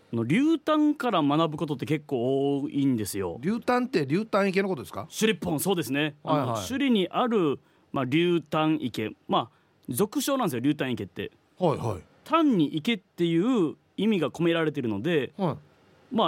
流炭から学ぶことって結構多いんですよ。 流炭って流炭池のことですか？ 首里本、そうですね。 はいはい、 首里にある、流炭池、俗称なんですよ流炭池って。 はいはい。 単に池っていう意味が込められているので、 はい、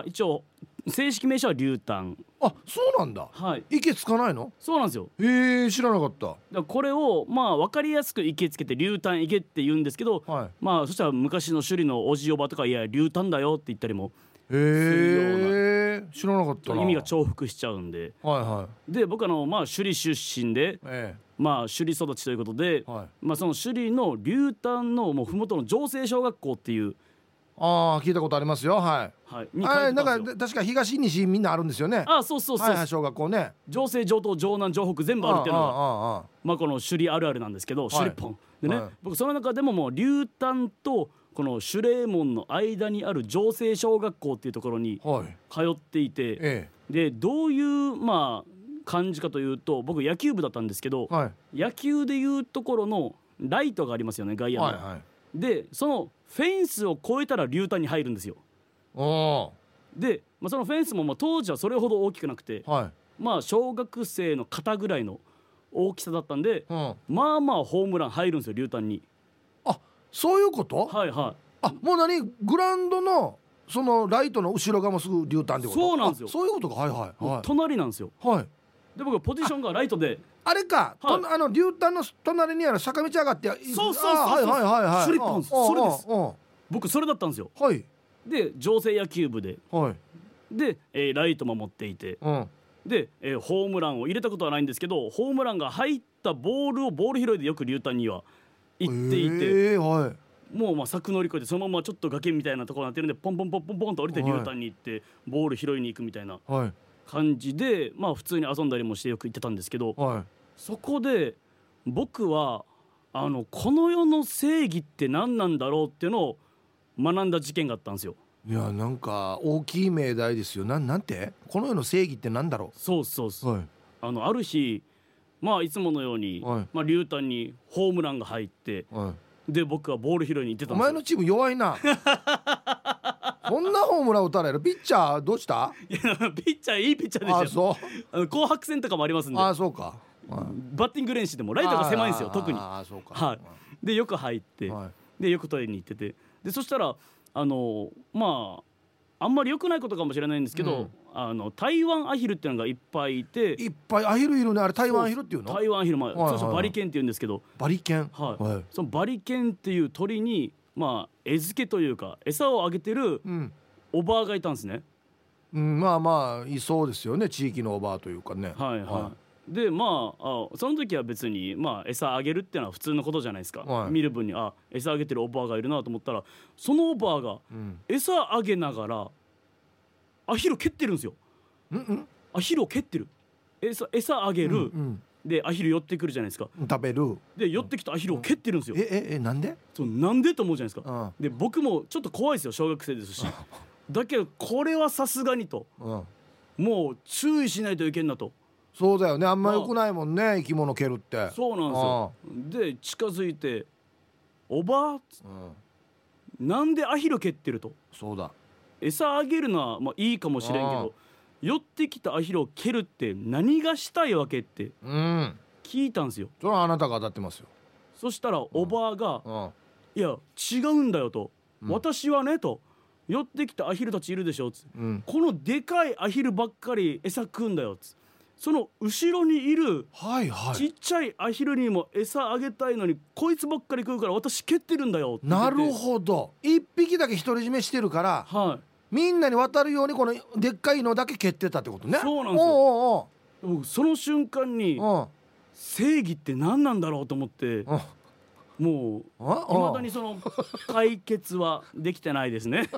一応正式名称は流炭。 あ、そうなんだ。 はい、 池つかないの？ そうなんですよ。 知らなかった。 だからこれを分かりやすく池つけて流炭池って言うんですけど、 はい、 そしたら昔の首里のおじおばとか、いや流炭だよって言ったりもするような、 知らなかったな。 意味が重複しちゃうんで、 はいはい。 で僕首里出身で、首里育ちということで、 はい、 その首里の流炭のもう麓の城西小学校っていう、 聞いたことありますよ。はい、 はい、に書いてたんですよ。 なんか確か東西みんなあるんですよね。 そうそうそう、 はいはい、小学校ね。 城西城東城南城北全部あるっていうのがこの首里あるあるなんですけど、首里本でね、僕その中でももう流炭とこの守礼門の間にある城西小学校っていうところに通っていて、でどういう感じかというと、僕野球部だったんですけど、野球でいうところのライトがありますよね、外野の、でそのフェンスを越えたら流炭に入るんですよ。で、そのフェンスも当時はそれほど大きくなくて、小学生の肩ぐらいの大きさだったんで、ホームラン入るんですよ、流炭に。 あ、そういうこと？はいはい。もうグラウンドのそのライトの後ろ側もすぐ流炭ってこと？ そうなんですよ。 そういうことか。はいはいはい。 隣なんですよ。 はい。 で僕ポジションがライトで、 あれか、流炭の隣にある坂道上がって、 そうそう、 はいはいはいはい、 スリッポン、それです。僕それだったんですよ。 はい。 で城西野球部で、で、ライトも持っていて、で、ホームランを入れたことはないんですけど、ホームランが入ったボールをボール拾いでよく流炭には行っていて、もう柵乗り越えてそのままちょっと崖みたいなところになってるんで、ポンポンポンポンポンと降りて流炭に行ってボール拾いに行くみたいな感じで、普通に遊んだりもしてよく行ってたんですけど、そこで僕はこの世の正義って何なんだろうっていうのを学んだ事件があったんですよ。 いや、なんか大きい命題ですよ。なんて、この世の正義って何だろう。 そうそうそう、ある日いつものように、流炭にホームランが入って、で僕はボール拾いに行ってたんですよ。 お前のチーム弱いなこんなホームラン打たれる。ピッチャーどうした？ いやピッチャーいいピッチャーでしたよ。紅白戦とかもありますんで。 そうか。 バッティング練習でもライトが狭いんですよ、特に。 そうか。 でよく入って、でよく取りに行ってて、でそしたらあんまり良くないことかもしれないんですけど、台湾アヒルっていうのがいっぱいいて。 いっぱいアヒルいるね。あれ台湾アヒルっていうの？ 台湾アヒル、通称バリケンっていうんですけど。 バリケン。 そのバリケンっていう鳥に餌付けというか餌をあげてるおばあがいたんですね。 いそうですよね、地域のおばあというかね。 でその時は別に餌あげるっていうのは普通のことじゃないですか。見る分に餌あげてるおばあがいるなと思ったら、そのおばあが餌あげながらアヒル蹴ってるんですよ。アヒルを蹴ってる。餌あげる、でアヒル寄ってくるじゃないですか。 食べる。 で寄ってきたアヒルを蹴ってるんですよ。 なんで？ なんでと思うじゃないですか。で僕もちょっと怖いですよ、小学生ですしだけどこれはさすがにと、もう注意しないといけんなと。 そうだよね、あんま良くないもんね、生き物蹴るって。 そうなんですよ。で近づいて、おばあ、なんでアヒル蹴ってると。 そうだ、 餌あげるのはいいかもしれんけど、寄ってきたアヒルを蹴るって何がしたいわけって聞いたんですよ。 それはあなたが当たってますよ。 そしたらおばあが、いや違うんだよと、私はねと、寄ってきたアヒルたちいるでしょつ、このでかいアヒルばっかり餌食うんだよつ、その後ろにいるちっちゃいアヒルにも餌あげたいのにこいつばっかり食うから私蹴ってるんだよって言って。 なるほど、一匹だけ独り占めしてるから、みんなに渡るようにこのでっかいのだけ蹴ってたってことね。 そうなんですよ。その瞬間に正義って何なんだろうと思って、もう未だにその解決はできてないですね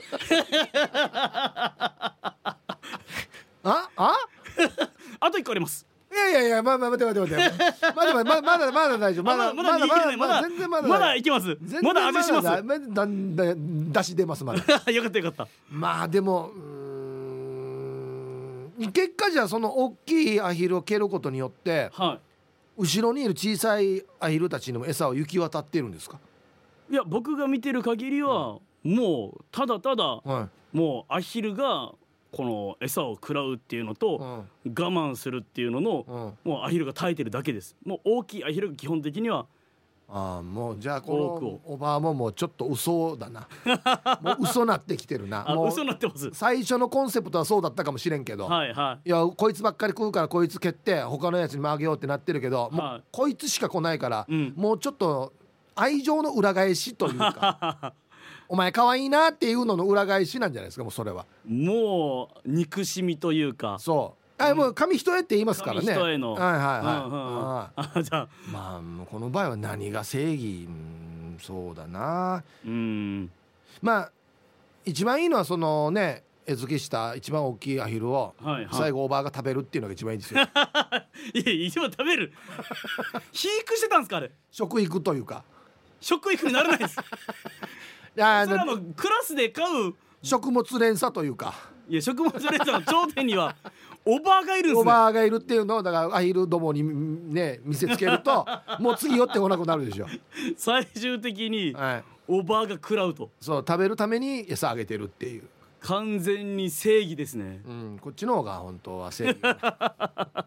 あと1個あります。 いや待ってまだ大丈夫。まだ全然まだいけます。まだ味します。 出し出ますまだよかったよかった。 でも結果じゃあその大きいアヒルを蹴ることによって、後ろにいる小さいアヒルたちにも餌を行き渡っているんですか？ いや僕が見てる限りは、 もうただただ、 はい、 もうアヒルがこの餌を食らうっていうのと、我慢するっていうのの、もうアヒルが耐えてるだけです。もう大きいアヒルが基本的には。 もうじゃあこのおばあももうちょっと嘘だなもう嘘なってきてるなもう嘘なってます。 最初のコンセプトはそうだったかもしれんけど、 はいはい、 いやこいつばっかり食うからこいつ蹴って他のやつにもあげようってなってるけど、もうこいつしか来ないから、もうちょっと愛情の裏返しというかお前可愛いなっていうのの裏返しなんじゃないですか。もうそれはもう憎しみというか、 そうもう紙一重って言いますからね。 紙一重の、 はいはいはい、 じゃあまあこの場合は何が正義、そうだな。まあ一番いいのはそのね餌付けした一番大きいアヒルを最後おばあが食べるっていうのが一番いいんですよ。 いや一番食べる肥育してたんですかあれ。 食育というか食育にならないですそれはもうクラスで飼う食物連鎖というか、 いや食物連鎖の頂点にはおばあがいるんですね。 おばあがいるっていうのをだからアヒルどもにね見せつけるともう次寄ってこなくなるでしょ。 最終的におばあが食らうと、 そう食べるために餌あげてるっていう完全に正義ですね。 こっちの方が本当は正義、はい、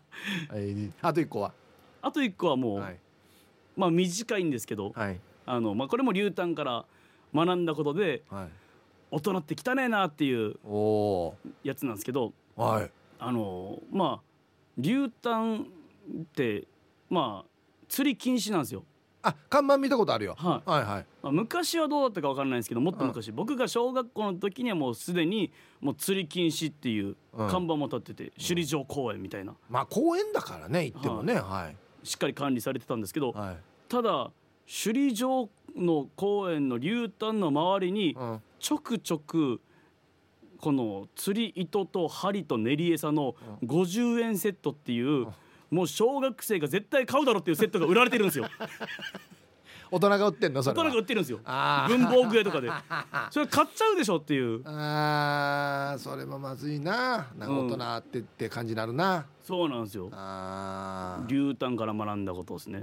あと一個はもう、まあ短いんですけど、まあこれもリュウタンから学んだことで、大人って汚ねえなっていうやつなんですけど、まあリュウタンってまあ釣り禁止なんですよ。 看板見たことあるよ。 昔はどうだったか分からないんですけど、もっと昔、僕が小学校の時にはもうすでにもう釣り禁止っていう看板も立ってて、首里城公園みたいな、 まあ公園だからね行ってもね、 しっかり管理されてたんですけど、ただ首里城の公園のリュウタンの周りにちょくちょくこの釣り糸と針と練り餌の50円セットっていう、もう小学生が絶対買うだろっていうセットが売られてるんですよ。 大人が売ってんの？それは大人が売ってるんですよ。文房具屋とかでそれ買っちゃうでしょっていう。 それもまずいな。なんか大人って感じになるな。 そうなんですよ。リュウタンから学んだことですね。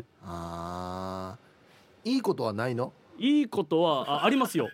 いいことはないの？ いいことは ありますよ。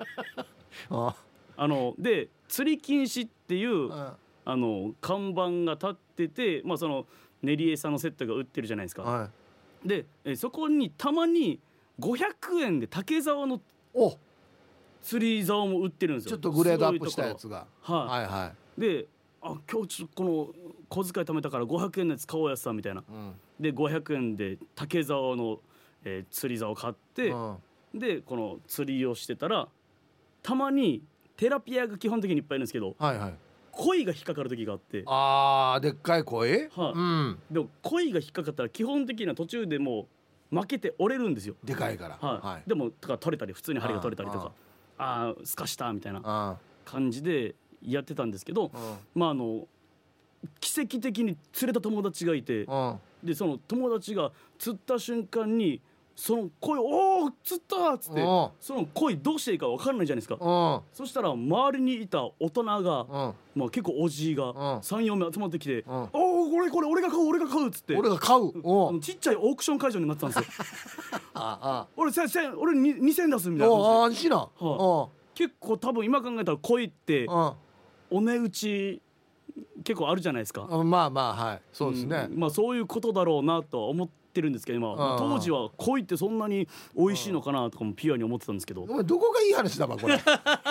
で釣り禁止っていう看板が立ってて、まあその練り餌のセットが売ってるじゃないですか。でそこにたまに500円で竹竿の釣り竿も売ってるんですよ。 ちょっとグレードアップしたやつが。 で今日ちょっとこの小遣い貯めたから500円のやつ買おうやつさみたいな、で500円で竹竿の、釣り竿を買って、でこの釣りをしてたらたまにテラピアが基本的にいっぱいいるんですけど、鯉が引っかかる時があって。 でっかい鯉？でも鯉が引っかかったら基本的には途中でもう負けて折れるんですよ。 でかいから。 でも取れたり普通に針が取れたりとか、すかしたみたいな感じでやってたんですけど、まあ奇跡的に釣れた友達がいて、でその友達が釣った瞬間にその鯉おー釣ったっつって、その鯉どうしていいか分かんないじゃないですか。そしたら周りにいた大人が、まあ結構おじいが 3,4 名集まってきて、これ俺が買うっつって、 俺が買うちっちゃいオークション会場になってたんですよ。俺2000円出すみたいな安心な。 結構多分今考えたら鯉ってお値打ち結構あるじゃないですか。 まあそうですね。 まあそういうことだろうなとは思ってるんですけど、今当時は鯉ってそんなに美味しいのかなとかもピュアに思ってたんですけど。 お前どこがいい話だばこれ。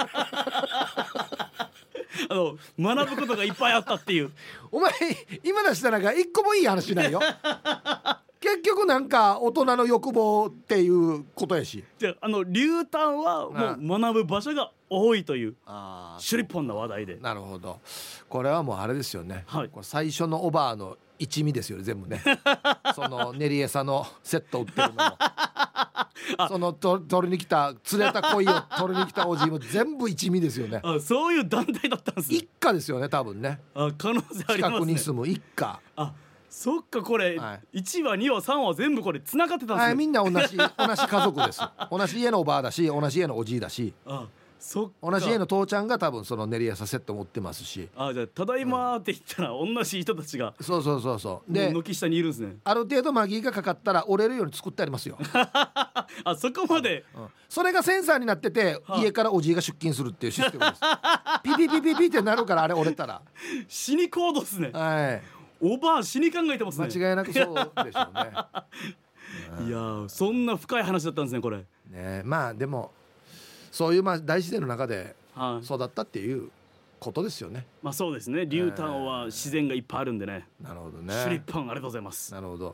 学ぶことがいっぱいあったっていう。 お前今出したなんか一個もいい話ないよ。結局なんか大人の欲望っていうことやし、 じゃリュウタンはもう学ぶ場所が多いというシュリポンな話題で。 なるほど。これはもうあれですよね、これ最初のおばあの一味ですよね全部ね。その練り餌のセット売ってるのもその取りに来た釣れた鯉を取りに来たおじいも全部一味ですよね。 そういう団体だったんですね。 一家ですよね多分ね。 可能性ありますね。 近くに住む一家。 そっか、これ、1話2話3話全部これ繋がってたんですね。 みんな同じ家族です。同じ家のおばあだし同じ家のおじいだし。 そっか。 同じ家の父ちゃんが多分その練り朝セット持ってますし、 あ、じゃあただいまって言ったら同じ人たちがそうで軒下にいるんですね。 ある程度マギーがかかったら折れるように作ってありますよあ、そこまで、 それがセンサーになってて、家からおじいが出勤するっていうシステムですピピピピピってなるから、あれ折れたら死にコードっすね。 はい、 おばあ死に考えてますね。 間違いなくそうでしょうねいや、そんな深い話だったんですね、これね。まあでもそういう大自然の中で育ったっていうことですよね。 まあそうですね。竜炭は自然がいっぱいあるんでね。 なるほどね。 シュリッポンありがとうございます。 なるほど。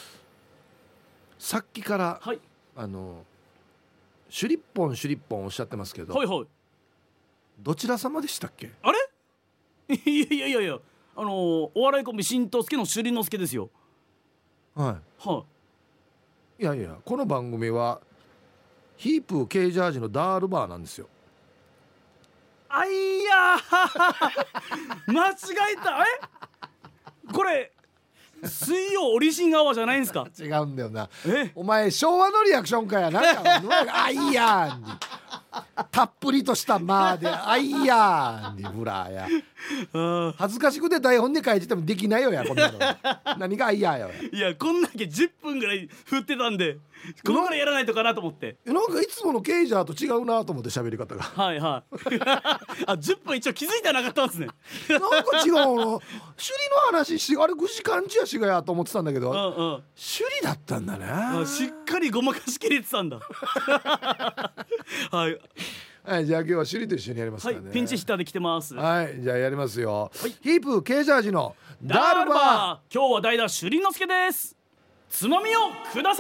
さっきから、 はい、 シュリッポンおっしゃってますけど、 はいはい、 どちら様でしたっけ？ あれいやお笑いコンビ新之助の朱里之助ですよ。 いやこの番組はヒープー K ジャージのダールバーなんですよ。 あいや間違えた。これ水曜オリジンアワーじゃないんですか？ 違うんだよな。お前昭和のリアクションかや。なんかあいやにたっぷりとしたまあであいやにブラや恥ずかしくて台本で書いててもできないよやこんなの何があいやよ。 いや、こんだけ10分ぐらい振ってたんで、このぐらいやらないとかなと思って。 なんかいつものケイジャーと違うなと思って喋り方がはいあ、10分一応気づいてなかったんですねなんか違うの。首里の話し、あれぐしかんちやしがやと思ってたんだけど、首里だったんだね。 しっかりごまかしきれてたんだはい、 じゃあ今日は首里と一緒にやりますからね。 はい、ピンチヒッターで来てます。 はい、じゃあやりますよ。ヒープ K ジャージのダールバー。今日は代打朱里之助です。つまみをくださ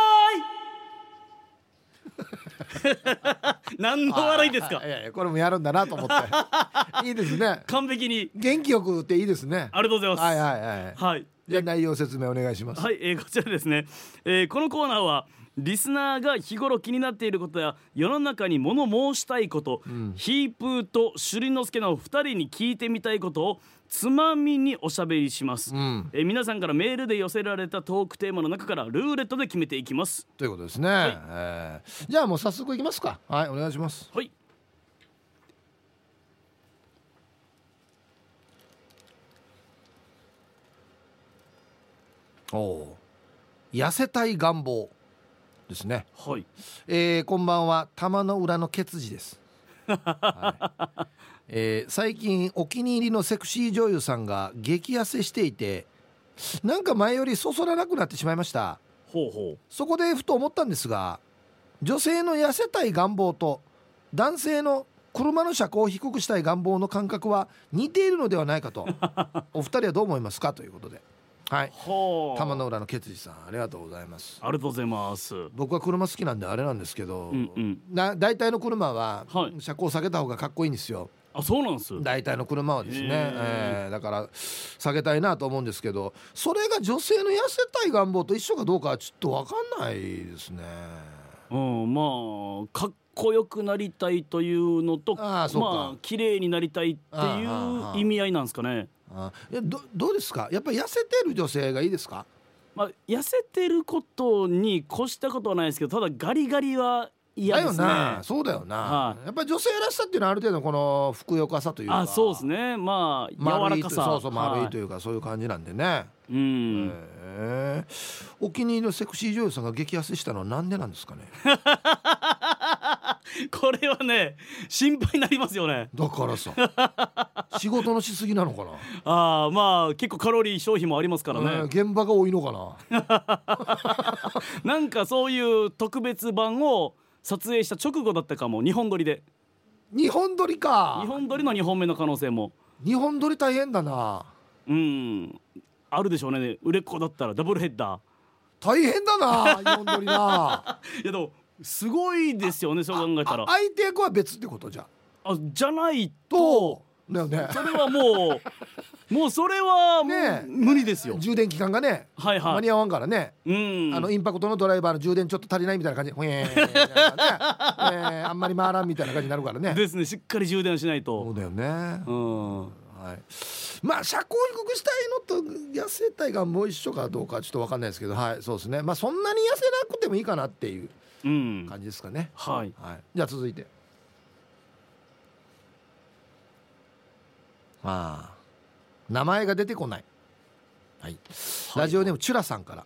い何の笑いですか？ いやこれもやるんだなと思っていいですね。 完璧に元気よくっていいですね。 ありがとうございます。 はい、じゃあ内容説明お願いします。 はい、こちらですね、このコーナーはリスナーが日頃気になっていることや世の中に物申したいこと、ヒープーと朱里之助の2人に聞いてみたいことをつまみにおしゃべりします、皆さんからメールで寄せられたトークテーマの中からルーレットで決めていきますということですね、じゃあもう早速いきますか。はい、お願いします。 はい。 痩せたい願望ですね。 はい、 こんばんは、玉の裏のケツジです、最近お気に入りのセクシー女優さんが激痩せしていて、なんか前よりそそらなくなってしまいました。そこでふと思ったんですが、女性の痩せたい願望と男性の車の車高を低くしたい願望の感覚は似ているのではないかとお二人はどう思いますかということで、はい、玉の裏のケツジさん、ありがとうございます。 ありがとうございます。 僕は車好きなんであれなんですけど、大体の車は車高下げた方がかっこいいんですよ。 あ、そうなんです。 大体の車はですね、だから下げたいなと思うんですけど、それが女性の痩せたい願望と一緒かどうかはちょっと分かんないですね。 まあかっこよくなりたいというのと、綺麗になりたいっていう意味合いなんですかね。 どうですか？やっぱり痩せてる女性がいいですか？ 痩せてることに越したことはないですけど、ただガリガリは嫌ですね。 だよな、そうだよな、やっぱり女性らしさっていうのはある程度このふくよかさというか、 そうですね、柔らかさ、 丸いというか、そういう感じなんでね。お気に入りのセクシー女優さんが激痩せしたのはなんでなんですかねこれはね、心配になりますよね。 だからさ仕事のしすぎなのかな。 結構カロリー消費もありますからね、 現場が多いのかななんかそういう特別版を撮影した直後だったかも。2本撮りで。 2本撮りか。 2本撮りの2本目の可能性も。 2本撮り大変だな。 あるでしょうね。売れっ子だったらダブルヘッダー大変だな2本撮りないやでもすごいですよね、そう考えたら。 相手役は別ってことじゃじゃないとだよね。 それはもうそれは無理ですよ。 充電期間がね、間に合わんからね。インパクトのドライバーの充電ちょっと足りないみたいな感じあんまり回らんみたいな感じになるからね。 ですね、しっかり充電しないと。 そうだよね。車高低くしたいのと痩せたいがもう一緒かどうかちょっと分かんないですけど、そうですね。そんなに痩せなくてもいいかなっていう感じですかね。じゃあ続いて、 名前が出てこない、はい、ラジオネームチュラさんから、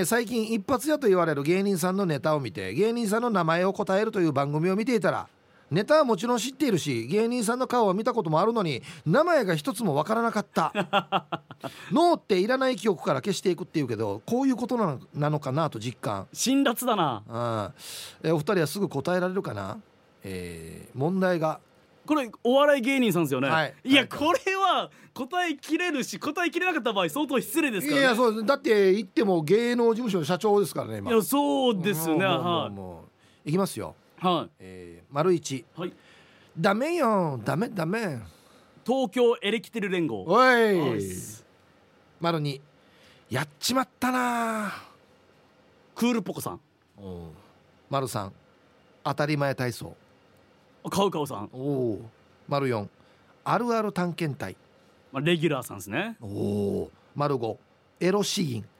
最近一発屋と言われる芸人さんのネタを見て芸人さんの名前を答えるという番組を見ていたら、ネタはもちろん知っているし芸人さんの顔は見たこともあるのに名前が一つもわからなかった脳っていらない記憶から消していくっていうけど、こういうことなのかなと実感。 辛辣だな。 お二人はすぐ答えられるかな。問題がこれお笑い芸人さんですよね、 はい、 いやこれは答えきれるし答えきれなかった場合相当失礼ですからね。 いやそうだって言っても芸能事務所の社長ですからね今。 いやそうですね。 いきますよ。 はい、 丸一、はい、ダメよダメ東京エレキテル連合。 おい。丸二、やっちまったなクールポコさん。 丸三、当たり前体操カウカウさん。 丸四、あるある探検隊、 レギュラーさんですね。 丸五、エロシーン。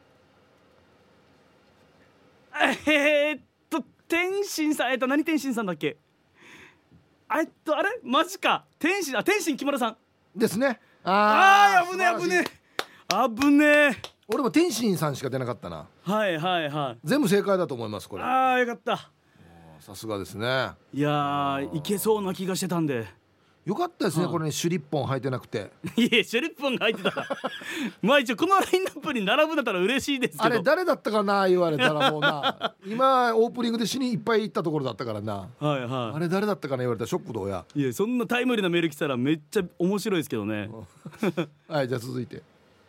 天心さん、何天心さんだっけ。あれマジか。天心木村さんですね。 危ねえ。 俺も天心さんしか出なかったな。 はい全部正解だと思いますこれ。 よかった。 さすがですね。 いやいけそうな気がしてたんでよかったですね。これねシュリッポン履いてなくて。 いやシュリッポンが入ってたらまあ一応このラインナップに並ぶんだったら嬉しいですけど、 あれ誰だったかな言われたらもうな今オープニングで死にいっぱい行ったところだったからな。あれ誰だったかな言われたらショックどうや。 いやそんなタイムリーなメール来たらめっちゃ面白いですけどねはい、じゃあ続いて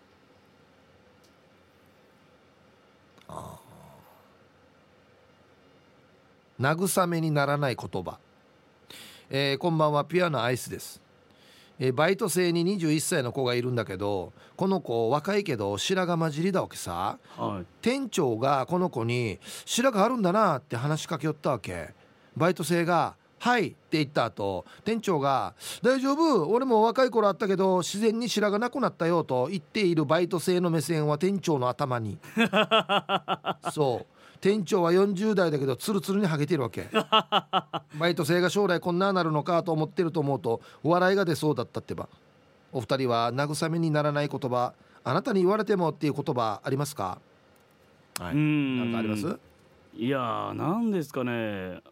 慰めにならない言葉。こんばんは、ピュアなアイスです。バイト生に21歳の子がいるんだけど、この子若いけど白髪混じりだわけさ、店長がこの子に白髪あるんだなって話しかけよったわけ。バイト生がはいって言った後、店長が大丈夫俺も若い頃あったけど自然に白髪なくなったよと言っているバイト生の目線は店長の頭にそう店長は40代だけどツルツルにハゲてるわけバイト生が将来こんななるのかと思ってると思うと笑いが出そうだったってば。お二人は慰めにならない言葉、あなたに言われてもっていう言葉ありますか。なんかあります。 いやなんですかね。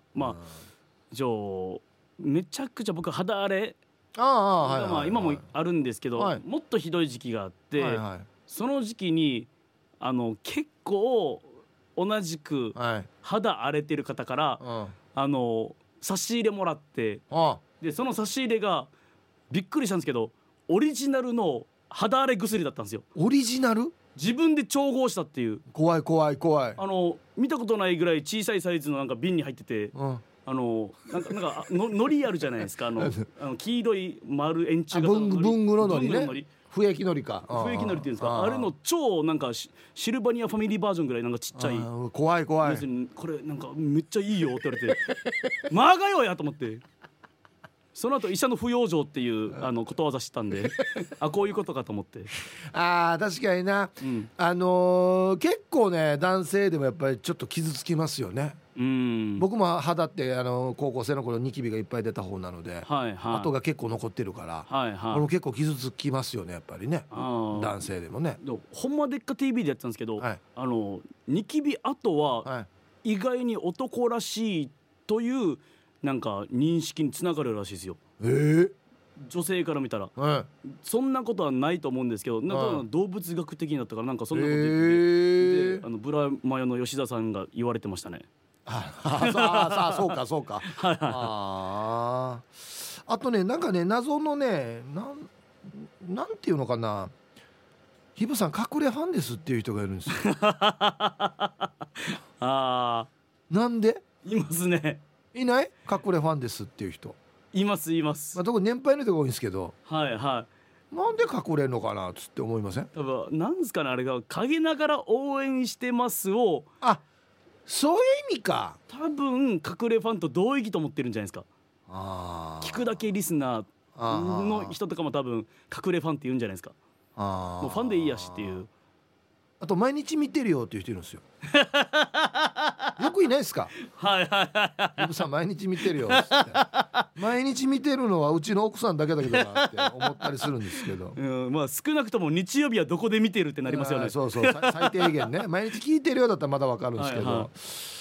めちゃくちゃ僕肌荒れが今もあるんですけど、もっとひどい時期があって、その時期に結構同じく肌荒れてる方から差し入れもらって、でその差し入れがびっくりしたんですけどオリジナルの肌荒れ薬だったんですよ。 オリジナル？ 自分で調合したっていう。 怖い見たことないぐらい小さいサイズのなんか瓶に入ってて、なんかのりあるじゃないですか。黄色い丸円柱型の文具ののりね。不液のりか。 不液のりっていうんですか。あれの超なんかシルバニアファミリーバージョンぐらいなんかちっちゃい。 怖い。 別にこれなんかめっちゃいいよって言われてマーガヨやと思って。その後医者の不養生っていうことわざ知ったんでこういうことかと思って。 確かにな、結構ね男性でもやっぱりちょっと傷つきますよね。僕も肌って高校生の頃ニキビがいっぱい出た方なので、跡が結構残ってるから、これも結構傷つきますよねやっぱりね。男性でもね。 ほんまでっか TV でやってたんですけど、ニキビ跡は意外に男らしいというなんか認識につながるらしいですよ。女性から見たら、そんなことはないと思うんですけど、なんか動物学的になったからなんかそんなこと言ってて、ブラマヨの吉田さんが言われてましたね。 そうかあとねなんかね謎のねなんていうのかな、ヒブさん隠れファンですっていう人がいるんですよなんでいますね。 いない？隠れファンですっていう人います。 特に年配の人が多いんですけど、 なんで隠れんのかなつって思いません？ 多分なんですかね、あれが陰ながら応援してますを、 そういう意味か。 多分隠れファンと同義と思ってるんじゃないですか。聞くだけリスナーの人とかも多分隠れファンって言うんじゃないですか。もうファンでいいやしっていう。 あと毎日見てるよっていう人いるんですよよくいないですか。 はいはいはい。 イブさん毎日見てるよっつって毎日見てるのはうちの奥さんだけだけどなって思ったりするんですけど、 まあ少なくとも日曜日はどこで見てるってなりますよね。 そうそう最低限ね毎日聞いてるようだったらまだわかるんですけど、はいはい、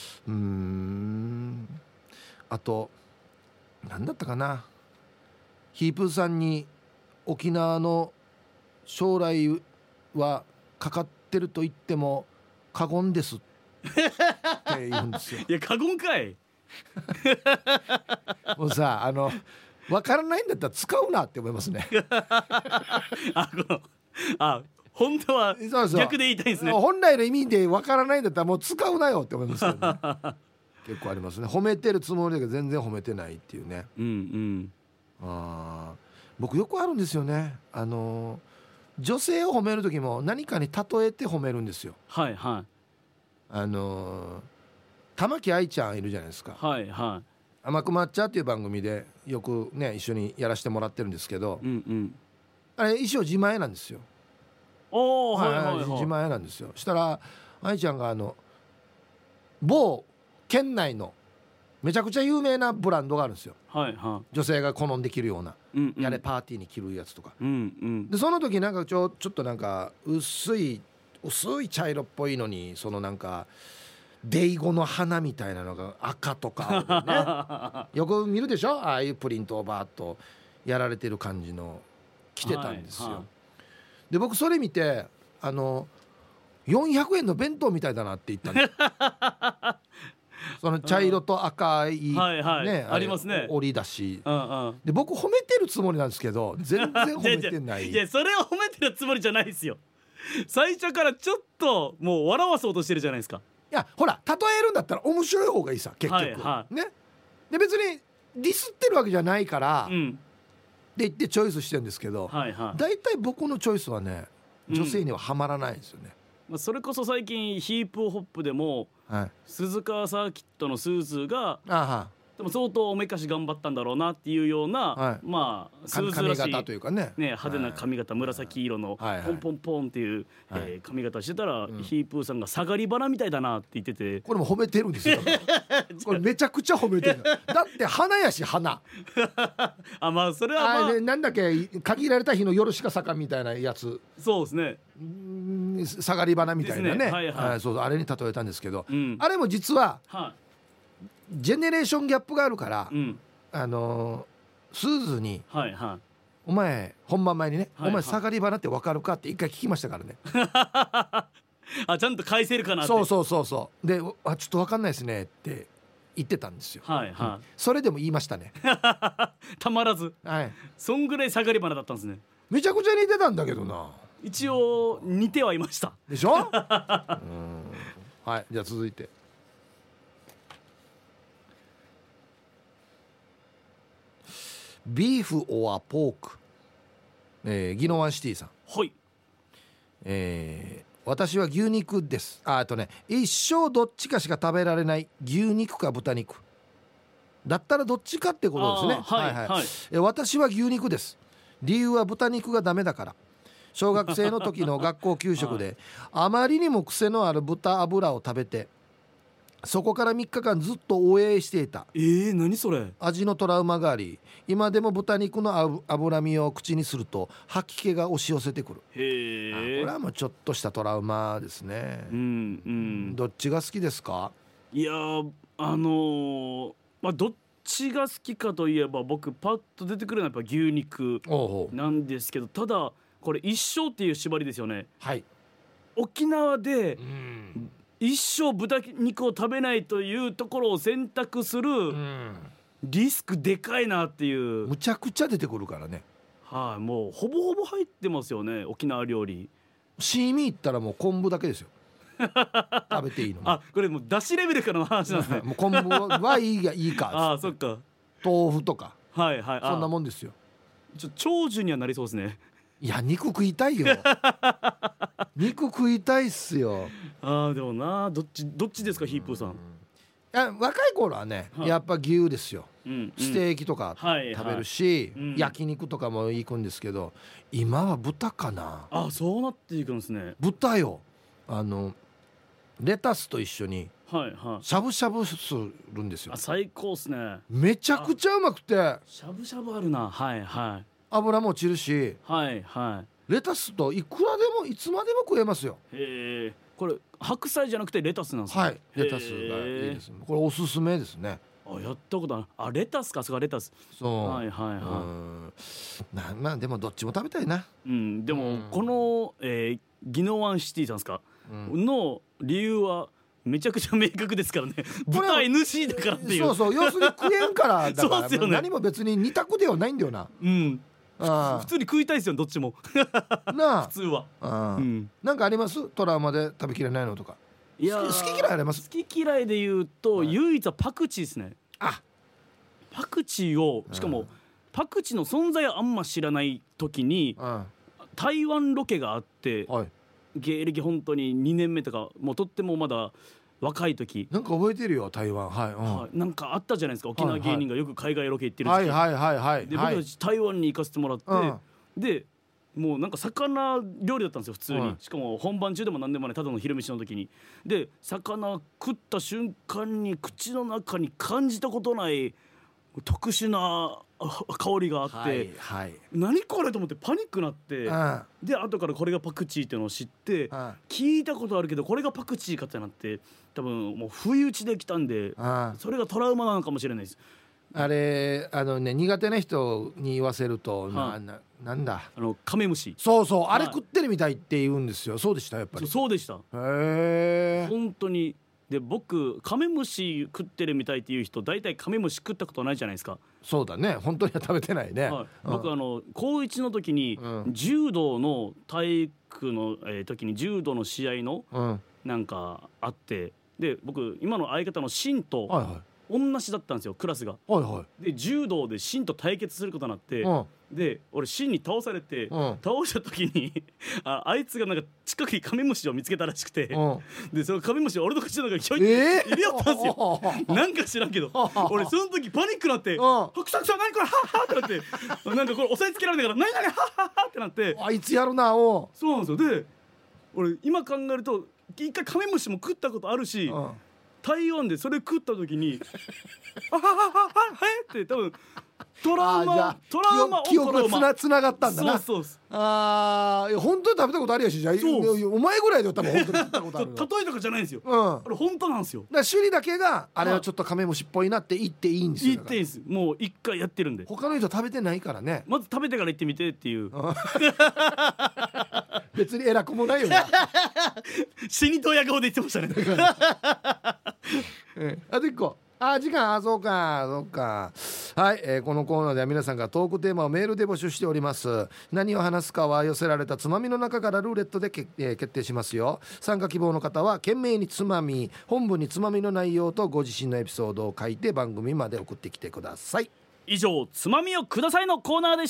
あと何だったかな、ヒープーさんに沖縄の将来はかかってると言っても過言ですって言うんですよ。 いや過言かいもうさ分からないんだったら使うなって思いますね本当は逆で言いたいんですね。 本来の意味で分からないんだったらもう使うなよって思いますけど、ね、結構ありますね。褒めてるつもりだけど全然褒めてないっていうね。僕よくあるんですよね。女性を褒める時も何かに例えて褒めるんですよ。 はいはい。 玉木愛ちゃんいるじゃないですか。 はいはい。 甘く抹茶っていう番組でよくね一緒にやらせてもらってるんですけど、あれ衣装自前なんですよ。自前なんですよ。したら愛ちゃんが某県内のめちゃくちゃ有名なブランドがあるんですよ。女性が好んで着るような、やれパーティーに着るやつとか、でその時なんかちょっとなんか薄い茶色っぽいのにそのなんかデイゴの花みたいなのが赤とか、ね、よく見るでしょ、ああいうプリントをバーッとやられてる感じの着てたんですよ。で僕それ見て400円の弁当みたいだなって言ったんですその茶色と赤い、 ありますね、 折りだし、で僕褒めてるつもりなんですけど全然褒めてないいやそれを褒めてるつもりじゃないですよ。最初からちょっともう笑わそうとしてるじゃないですか。 いやほら例えるんだったら面白い方がいいさ結局、ね。で別にディスってるわけじゃないから、で言ってチョイスしてるんですけど、だいたい僕のチョイスはね女性にはハマらないんですよね。 それこそ最近ヒープホップでも、鈴鹿サーキットのスーツがでも相当おめかし頑張ったんだろうなっていうような、まあスーツらしい髪型というかね、 派手な髪型、紫色のポンポンポンっていう髪型してたら、ヒープーさんが下がり花みたいだなって言ってて、 これも褒めてるんですよこれめちゃくちゃ褒めてるだって花やし花まあそれはなんだっけ限られた日の夜しか咲かんみたいなやつ、 そうですね、 下がり花みたいなね、そうあれに例えたんですけど、あれも実は、ジェネレーションギャップがあるから、スーズに、お前本番前にね、お前下がり花って分かるかって一回聞きましたからねちゃんと返せるかなって。 そうでちょっと分かんないですねって言ってたんですよ。それでも言いましたねたまらず、そんぐらい下がり花だったんですね。 めちゃくちゃ似てたんだけどな。 一応似てはいましたでしょはい、じゃあ続いてビーフオアポーク、ギノワンシティさん。 はい。 私は牛肉です。一生どっちかしか食べられない牛肉か豚肉だったらどっちかってことですね。私は牛肉です。理由は豚肉がダメだから。小学生の時の学校給食であまりにも癖のある豚油を食べて、そこから3日間ずっと応援していた。 何それ。 味のトラウマがあり、今でも豚肉の脂身を口にすると吐き気が押し寄せてくる。これはもうちょっとしたトラウマですね。どっちが好きですか？ いやどっちが好きかといえば僕パッと出てくるのはやっぱ牛肉なんですけど、ただこれ一生っていう縛りですよね。沖縄で一生豚肉を食べないというところを選択するリスクでかいなっていう。 むちゃくちゃ出てくるからね。 もうほぼほぼ入ってますよね、沖縄料理。 シーミー行ったらもう昆布だけですよ食べていいの。 これもう出汁レベルからの話なんですねもう昆布はいいかそっか。 豆腐とかそんなもんですよ。 長寿にはなりそうですね。 いや肉食いたいよ肉食いたいっすよ。 でもな、どっちですかヒープーさん。 若い頃はね、やっぱ牛ですよ。ステーキとか食べるし、焼肉とかも行くんですけど、今は豚かな。 そうなっていくんですね。 豚よ。 レタスと一緒にしゃぶしゃぶするんですよ。 最高っすね。 めちゃくちゃうまくて、 しゃぶしゃぶあるな。はいはい。 油も落ちるし、 はいはい。 レタスといくらでもいつまでも食えますよ。 へえ。これ白菜じゃなくてレタスなんですか。 はい、レタスがいいです。これおすすめですね。 やったことある。レタスか。それレタス。 そう。 はいはいはい。 まあでもどっちも食べたいな。 でもこの宜野湾シティさんですか、の理由はめちゃくちゃ明確ですからね。豚 NC だからっていう。 そう要するに食えんからだからそうっすよね。 何も別に二択ではないんだよな。 普通に食いたいですよどっちもなあ普通は。 なんかあります？トラウマで食べきれないのとか。いや好き嫌いあります？ 好き嫌いで言うと、唯一はパクチーですね。パクチーをしかもパクチーの存在をあんま知らない時に台湾ロケがあって、芸歴本当に2年目とかもうとってもまだ若い時なんか覚えてるよ台湾。 なんかあったじゃないですか。沖縄芸人がよく海外ロケ行ってる時期で、僕たち台湾に行かせてもらって、でもうなんか魚料理だったんですよ普通に。しかも本番中でも何でもないただの昼飯の時に。で魚食った瞬間に口の中に感じたことない特殊な香りがあって、何これと思ってパニックなって、で後からこれがパクチーっていうのを知って、聞いたことあるけどこれがパクチーかってなって、多分もう不意打ちできたんで、それがトラウマなのかもしれないです。 あれ苦手な人に言わせると、なんだカメムシ。 そうあれ食ってるみたいって言うんですよ。そうでしたやっぱり。 そうでした。へえ。 本当に。で僕カメムシ食ってるみたいっていう人大体カメムシ食ったことないじゃないですか。 そうだね、本当には食べてないね。 僕高1の時に柔道の体育の時に柔道の試合のなんかあって、で僕今の相方のシンと同じだったんですよクラスが。で柔道でシンと対決することになって、で俺シンに倒されて、倒した時にあいつがなんか近くにカメムシを見つけたらしくて、でそのカメムシを俺の口の中にひょいって入れよったんですよ。なんか知らんけど俺その時パニックなって「くさくさ何これはっは」ってなって、なんかこれ押さえつけられながら「何々はっはっは」ってなって、 あいつやるな。 そうなんですよ。で俺今考えると一回カメムシも食ったことあるし、台湾でそれ食った時に「あははははって多分トラウマ記憶がつながったんだな。 そう本当に食べたことあるやし、じゃあお前ぐらいで多分本当に食ったことある。 例えとかじゃないんですよ。あれ本当なんですよ。 だから趣里だけがあれはちょっとカメムシっぽいなって言っていいんですよ。 言っていいです。もう一回やってるんで。 他の人食べてないからね。 まず食べてから行ってみてっていう。 別に偉くもないよね。 死にとや顔で言ってましたね。 あと一個。時間そうか。はい、このコーナーでは皆さんがトークテーマをメールで募集しております。何を話すかは寄せられたつまみの中からルーレットで決定しますよ。参加希望の方は懸命につまみ、本文につまみの内容とご自身のエピソードを書いて番組まで送ってきてください。 以上、つまみをくださいのコーナーでした。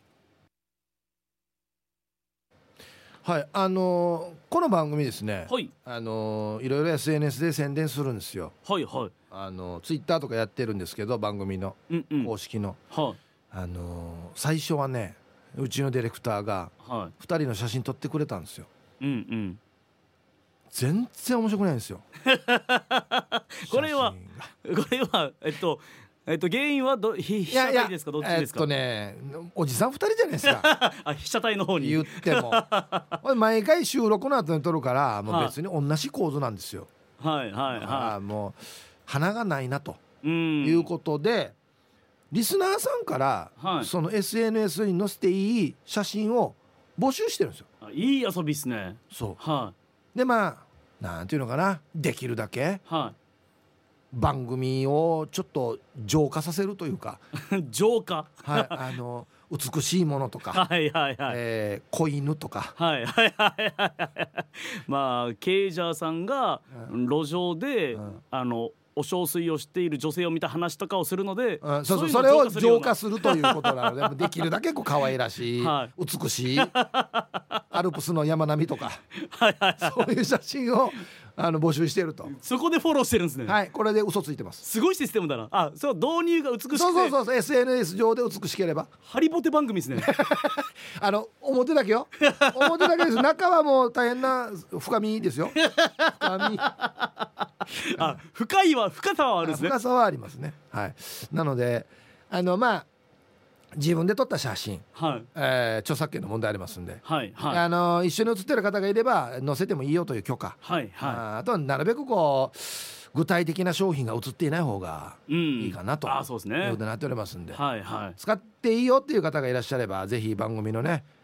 はい、この番組ですね、 はい、 いろいろ SNS で宣伝するんですよ。ツイッターとかやってるんですけど、番組の公式の、最初はね、うちのディレクターが2人の写真撮ってくれたんですよ。全然面白くないんですよ。 これは原因は被写体ですか、どっちですか。 おじさん2人じゃないですか。 被写体の方に言っても毎回収録の後に撮るから、もう別に同じ構図なんですよ。もう花がないなということで、リスナーさんからその SNS に載せていい写真を募集してるんですよ。 いい遊びですね。 でなんていうのかな、できるだけ番組をちょっと浄化させるというか浄化美しいものとか子犬とかケイジャーさんが路上でお小水をしている女性を見た話とかをするので、 それを浄化するということなので、できるだけ可愛らしい、美しいアルプスの山並みとかそういう写真を募集していると。 そこでフォローしてるんですね。 はい、これで嘘ついてます。 すごいシステムだな。あ、そう、導入が美しくて、 そう SNS 上で美しければハリボテ番組ですね。 表だけよ。表だけです。中はもう大変な深みですよ。深みあ、深さはあるんですね。 深さはありますね。はい。なのでまあ自分で撮った写真、 はい、 著作権の問題ありますんで、 はいはい、 一緒に写ってる方がいれば載せてもいいよという許可、 はいはい、 あとはなるべくこう具体的な商品が写っていない方がいいかなと、 あ、そうですね、 いうことになっておりますんで、 はいはい、 使っていいよっていう方がいらっしゃればぜひ番組のね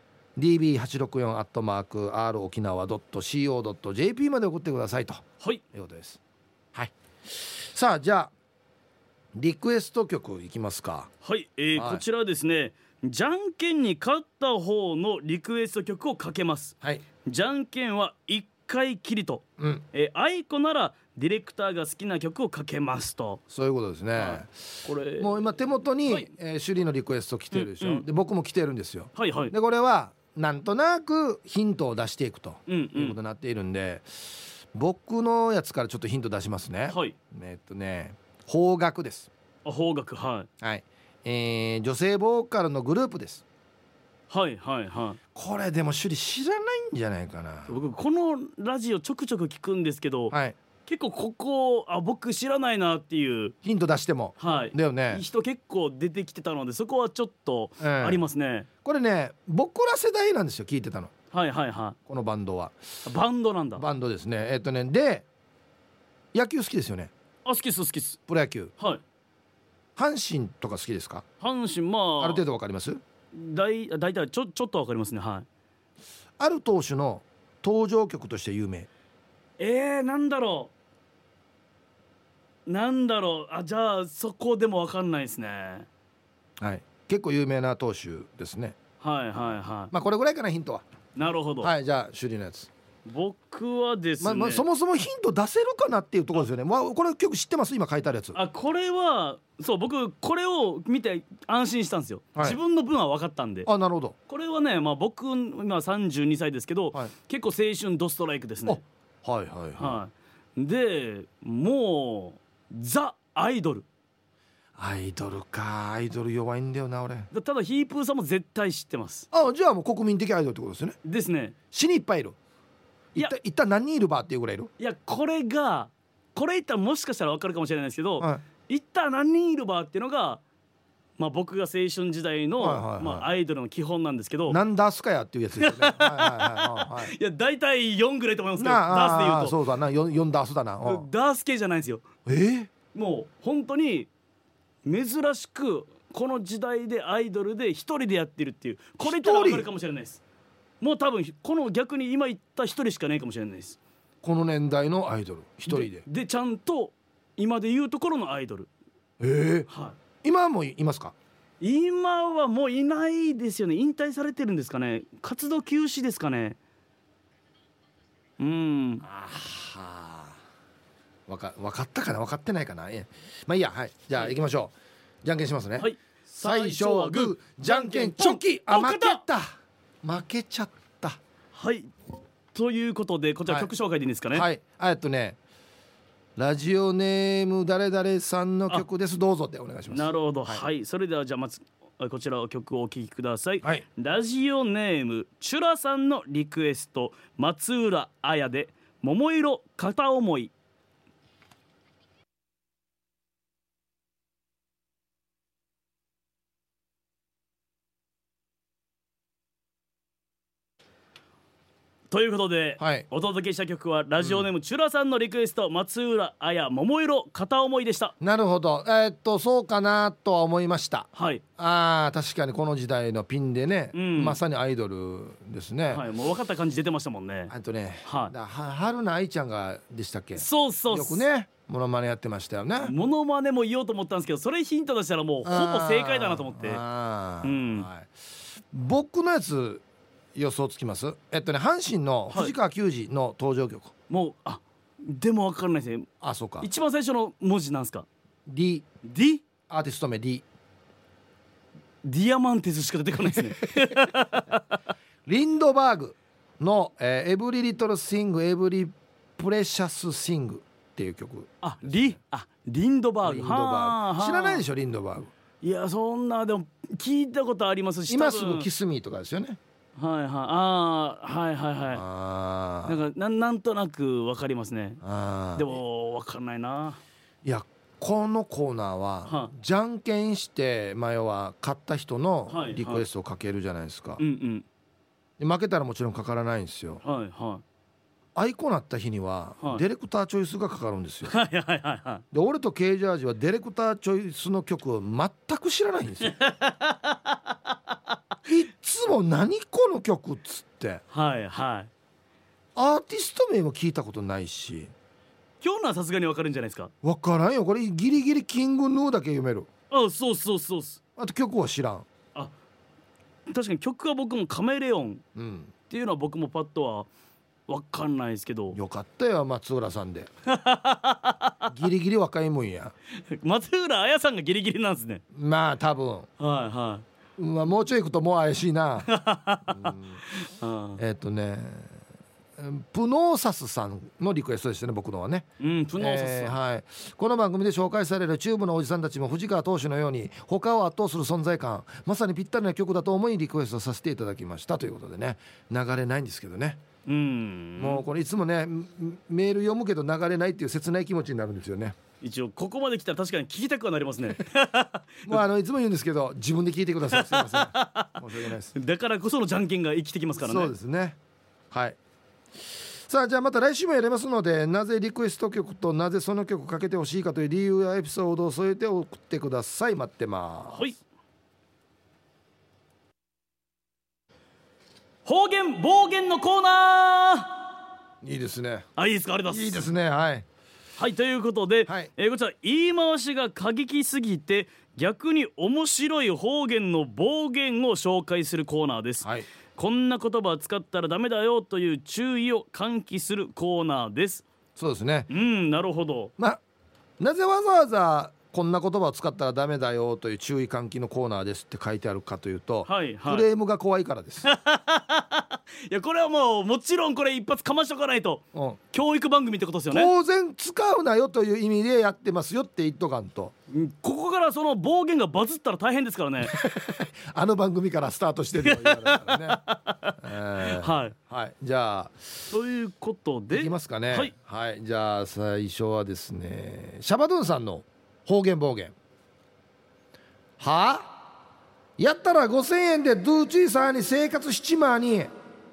db864@rokinawa.co.jp まで送ってくださいと、 はい、 いうことです。はい。さあじゃあリクエスト曲いきますか。 はい、はい、こちらですね、じゃんけんに勝った方のリクエスト曲をかけます。 はい。 じゃんけんは1回きりと、あいこならディレクターが好きな曲をかけますと。 そういうことですね。はい、 これもう今手元に、 はい、 首里のリクエスト来てるでしょ、で僕も来てるんですよ。 はいはい、 でこれはなんとなくヒントを出していくということになっているんで、僕のやつからちょっとヒント出しますね。 はい、 邦楽です。 邦楽、はい、 はい、女性ボーカルのグループです。 はいはいはい。 これでも首里知らないんじゃないかな。 僕このラジオちょくちょく聞くんですけど、 はい、 結構ここ僕知らないなっていうヒント出しても、 はい、 だよね、 人結構出てきてたので、そこはちょっとありますね。 これね僕ら世代なんですよ、聞いてたの。 はいはいはい。 このバンドはバンドなんだ。 バンドですね。で野球好きですよね。 あ、好きっす好きっす。 プロ野球。 はい。 阪神とか好きですか。 阪神、まあある程度わかります。 大体ちょっとわかりますね。はい。 ある投手の登場曲として有名。 なんだろう、あ、じゃあそこでもわかんないですね。 はい、結構有名な投手ですね。 はいはいはい。 まあこれぐらいかな、ヒントは。 なるほど。 はい、じゃあ首里のやつ。 僕はですね、 そもそもヒント出せるかなっていうところですよね。これ曲知ってます？今書いてあるやつ。 これはそう、僕これを見て安心したんですよ。はい、自分の分は分かったんで。 あ、なるほど。 これはね、僕今32歳ですけど、はい、結構青春ドストライクですね。 はいはいはい。 でもうザ・アイドル。 アイドルか。アイドル弱いんだよな俺。 ただヒープーさんも絶対知ってます。 あ、じゃあもう国民的アイドルってことですよね。 ですね。 死にいっぱいいる。一旦何人いるばっていうぐらいいる。 いや、これ言ったらもしかしたら分かるかもしれないですけど、はい、一旦何人いるばっていうのが、僕が青春時代の、アイドルの基本なんですけど、 なんだすかやっていうやつですよね。 いや、大体4ぐらいと思いますけど、ダースで言うと。 そうだな、4ダースだな。 ダース系じゃないんですよ。もう本当に珍しくこの時代でアイドルで一人でやってるっていう、これ言ったら分かるかもしれないです。もう多分この逆に今言った一人しかないかもしれないです。 この年代のアイドル一人でちゃんと今で言うところのアイドル。 はい、今もいますか？ 今はもういないですよね。引退されてるんですかね。活動休止ですかね。分かったかな、分かってないかな。まあいいや。はい、じゃあ行きましょう。じゃんけんしますね。はい、最初はグー、じゃんけんチョキ。負けちゃった。 はい、ということでこちら曲紹介でいいんですかね。 はい、ラジオネーム誰々さんの曲です、どうぞってお願いします。 なるほど。はい、それではじゃあまずこちらを曲をお聴きください。はい、ラジオネームチュラさんのリクエスト、松浦綾で桃色片思い。ということで、お届けした曲はラジオネームチュラさんのリクエスト、松浦綾桃色片思いでした。 なるほど。そうかなとは思いました。 はい。 確かにこの時代のピンでね、まさにアイドルですね。 はい、もう分かった感じ出てましたもんね。 春菜愛ちゃんがでしたっけ。 そうそう、 よくねモノマネやってましたよね。 モノマネも言おうと思ったんですけど、それヒント出したらもうほぼ正解だなと思って。 僕のやつ予想つきます？阪神の藤川球児の登場曲。 もうでも分からないですね。 そうか。 一番最初の文字なんですか？ D。 アーティスト名 D。 ディアマンテスしか出てこないですね。 リンドバーグの、エブリリトルスイングエブリプレシャスシングっていう曲。 リンドバーグ。 知らないでしょリンドバーグ。 いやそんなでも聞いたことありますし、 今すぐキスミーとかですよね。 はいはいなんとなくわかりますね。でもわかんないな。 いやこのコーナーはじゃんけんして前は勝った人のリクエストをかけるじゃないですか。で負けたらもちろんかからないんですよ。アイコなった日にはディレクターチョイスがかかるんですよ。で俺とケイジャージはディレクターチョイスの曲を全く知らないんですよ。いつも何この曲っつってアーティスト名も聞いたことないし、 今日のはさすがに分かるんじゃないですか。 分からんよこれ。ギリギリキングヌーだけ読める。 そうあと曲は知らん。 確かに曲は僕もカメレオンっていうのは僕もパッとは分かんないですけど。 よかったよ松浦さんで。ギリギリ若いもんや。 松浦彩さんがギリギリなんですね。 まあ多分もうちょい行くともう怪しいな。プノーサスさんのリクエストでしたね僕のはね。プノーサスさん、この番組で紹介されるチューブのおじさんたちも藤川投手のように他を圧倒する存在感、まさにぴったりな曲だと思いリクエストさせていただきましたということでね。流れないんですけどね。もうこれいつもねメール読むけど流れないっていう切ない気持ちになるんですよね。 一応ここまで来たら確かに聞きたくはなりますね。 もういつも言うんですけど自分で聞いてください。すいません申し訳ないです。 だからこそのじゃんけんが生きてきますからね。 そうですね。はい。さあじゃあまた来週もやりますので、なぜリクエスト曲となぜその曲かけてほしいかという理由やエピソードを添えて送ってください。待ってます。 方言暴言のコーナー。いいですね。 いいですか。ありがとうございます。 いいですね。はいということで、こちら言い回しが過激すぎて逆に面白い方言の暴言を紹介するコーナーです。こんな言葉を使ったらダメだよという注意を喚起するコーナーです。 そうですね。 なるほど。 なぜわざわざこんな言葉を使ったらダメだよという注意喚起のコーナーですって書いてあるかというと、フレームが怖いからです。 いやこれはもちろんこれ一発かましとかないと、教育番組ってことですよね。 当然使うなよという意味でやってますよって言っとかんと。 ここからその暴言がバズったら大変ですからね。 あの番組からスタートしてるよね。じゃあということでいきますかね。じゃあ最初はですねシャバドゥンさんの方言暴言。やったら5000円でドゥーチーさんに生活しちまうに。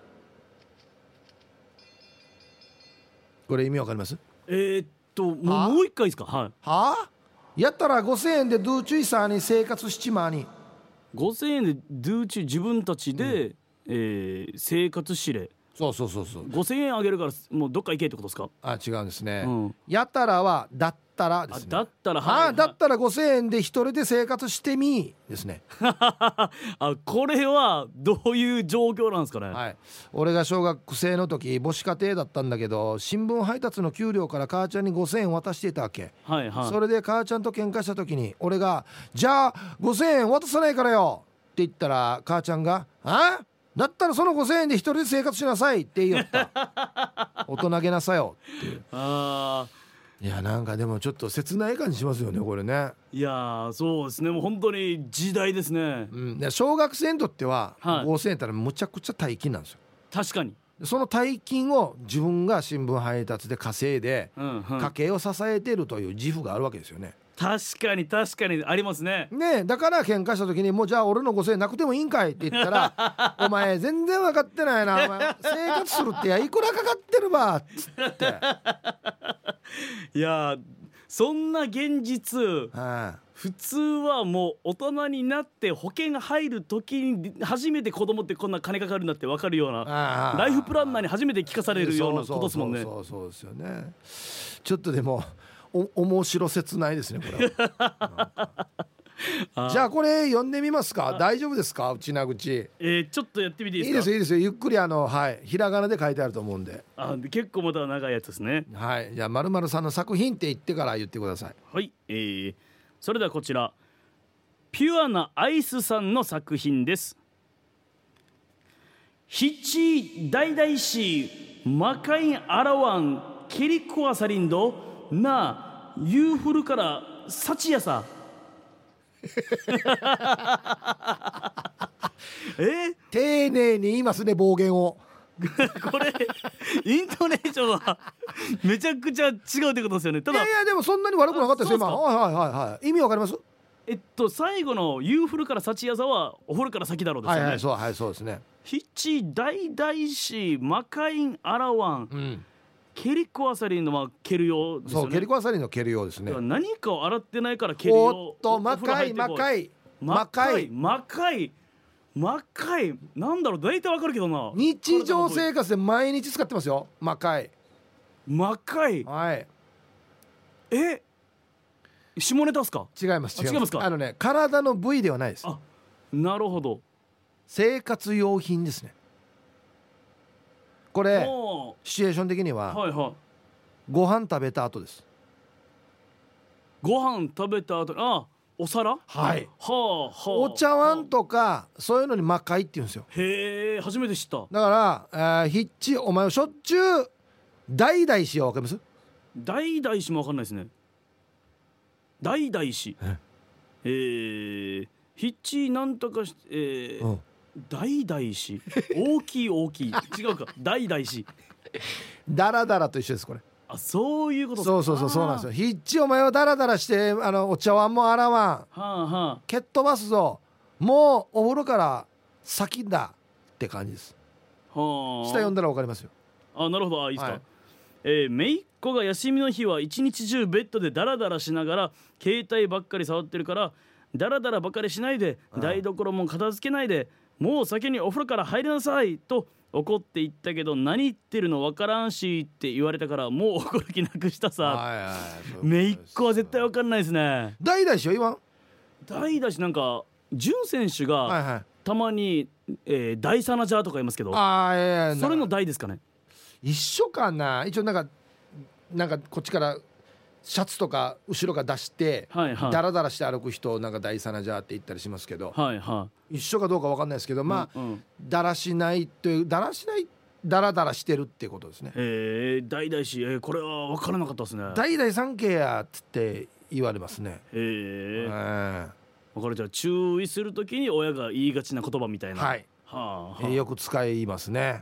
これ意味わかります？ もう一回ですか。 やったら5000円でドゥーチーさんに生活しちまうに。 5000円でドゥーチー自分たちで、生活しれ。そう5000円あげるからもうどっか行けってことですか？ 違うんですね。やったらはだったらですね。 だったらだったら5000円で一人で生活してみですね。 これはどういう状況なんですかね。 俺が小学生の時母子家庭だったんだけど、新聞配達の給料から母ちゃんに5000円渡していたわけ。それで母ちゃんと喧嘩した時に俺がじゃあ5000円渡さないからよって言ったら母ちゃんがだったらその5000円で一人で生活しなさいって言った。大人げなさよっていう。いやなんかでもちょっと切ない感じしますよねこれね。 いやそうですね。もう本当に時代ですね。 小学生にとっては5000円ったらむちゃくちゃ大金なんですよ。 確かに。 その大金を自分が新聞配達で稼いで家計を支えているという自負があるわけですよね。 確かにありますね。 だから喧嘩した時にもうじゃあ俺の5000円なくてもいいんかいって言ったらお前全然分かってないな、お前生活するっていくらかかってるばっつっていやそんな現実、普通はもう大人になって保険が入る時に初めて子供ってこんな金かかるんだって分かるような、ライフプランナーに初めて聞かされるようなことですもんね。 そうですよね。ちょっとでも面白切ないですねこれは。じゃあこれ読んでみますか。大丈夫ですか内な口。 ちょっとやってみていいですか？ いいですよゆっくりひらがなで書いてあると思うんで。 結構まだ長いやつですね。 じゃあ〇〇さんの作品って言ってから言ってください。 それではこちらピュアなアイスさんの作品です。ヒッチ大々しマカインアラワン蹴り壊さりんどなあユーフルから幸やさ丁寧に言いますね暴言をこれイントネーションはめちゃくちゃ違うってことですよね。ただいやでもそんなに悪くなかったですよ今。はい意味わかります？ 最後のユーフルから幸やさはお風呂から先だろうですよね。 そうですね。 ヒッチ大大師マカインアラワン、ケリコアサリンの蹴るようですよね。 そうケリコアサリンの蹴るようですね。 何かを洗ってないから蹴るよう。 おっと魔界なんだろう大体わかるけどな。 日常生活で毎日使ってますよ魔界。 はい下ネタっすか？ 違いますか？ 体の部位ではないです。 なるほど。 生活用品ですねこれ。シチュエーション的には、ご飯食べた後です。 ご飯食べた後お皿？お茶碗とかそういうのに魔界って言うんですよ。 へえ初めて知った。 だからヒッチお前はしょっちゅう大々師は分かります？ 大々師も分かんないですね。大々師ヒッチなんとか大々師大きい違うか大々師ダラダラと一緒ですこれ。 そういうこと。 そうなんですよ。ヒッチお前はダラダラしてお茶碗も洗わん、蹴っ飛ばすぞもうお風呂から先だって感じです。下読んだら分かりますよ。 なるほど。いいですか。姪っ子が休みの日は一日中ベッドでダラダラしながら携帯ばっかり触ってるからダラダラばっかりしないで台所も片付けないでもう先にお風呂から入りなさいと怒って言ったけど何言ってるの分からんしって言われたからもう怒る気なくしたさ。姪っ子は絶対分かんないですね。 大々師は言わん？ 大々師なんか潤選手がたまに大サナジャーとか言いますけどそれの大ですかね。 一緒かな。一応なんかこっちからシャツとか後ろから出して、ダラダラして歩く人をなんか大サナジャーって言ったりしますけど、一緒かどうか分かんないですけど、だらしないというダラダラしてるってことですね。 大々師これは分からなかったですね。 大々三家やっつって言われますね。 分かる。じゃあ注意するときに親が言いがちな言葉みたいな。 よく使いますね。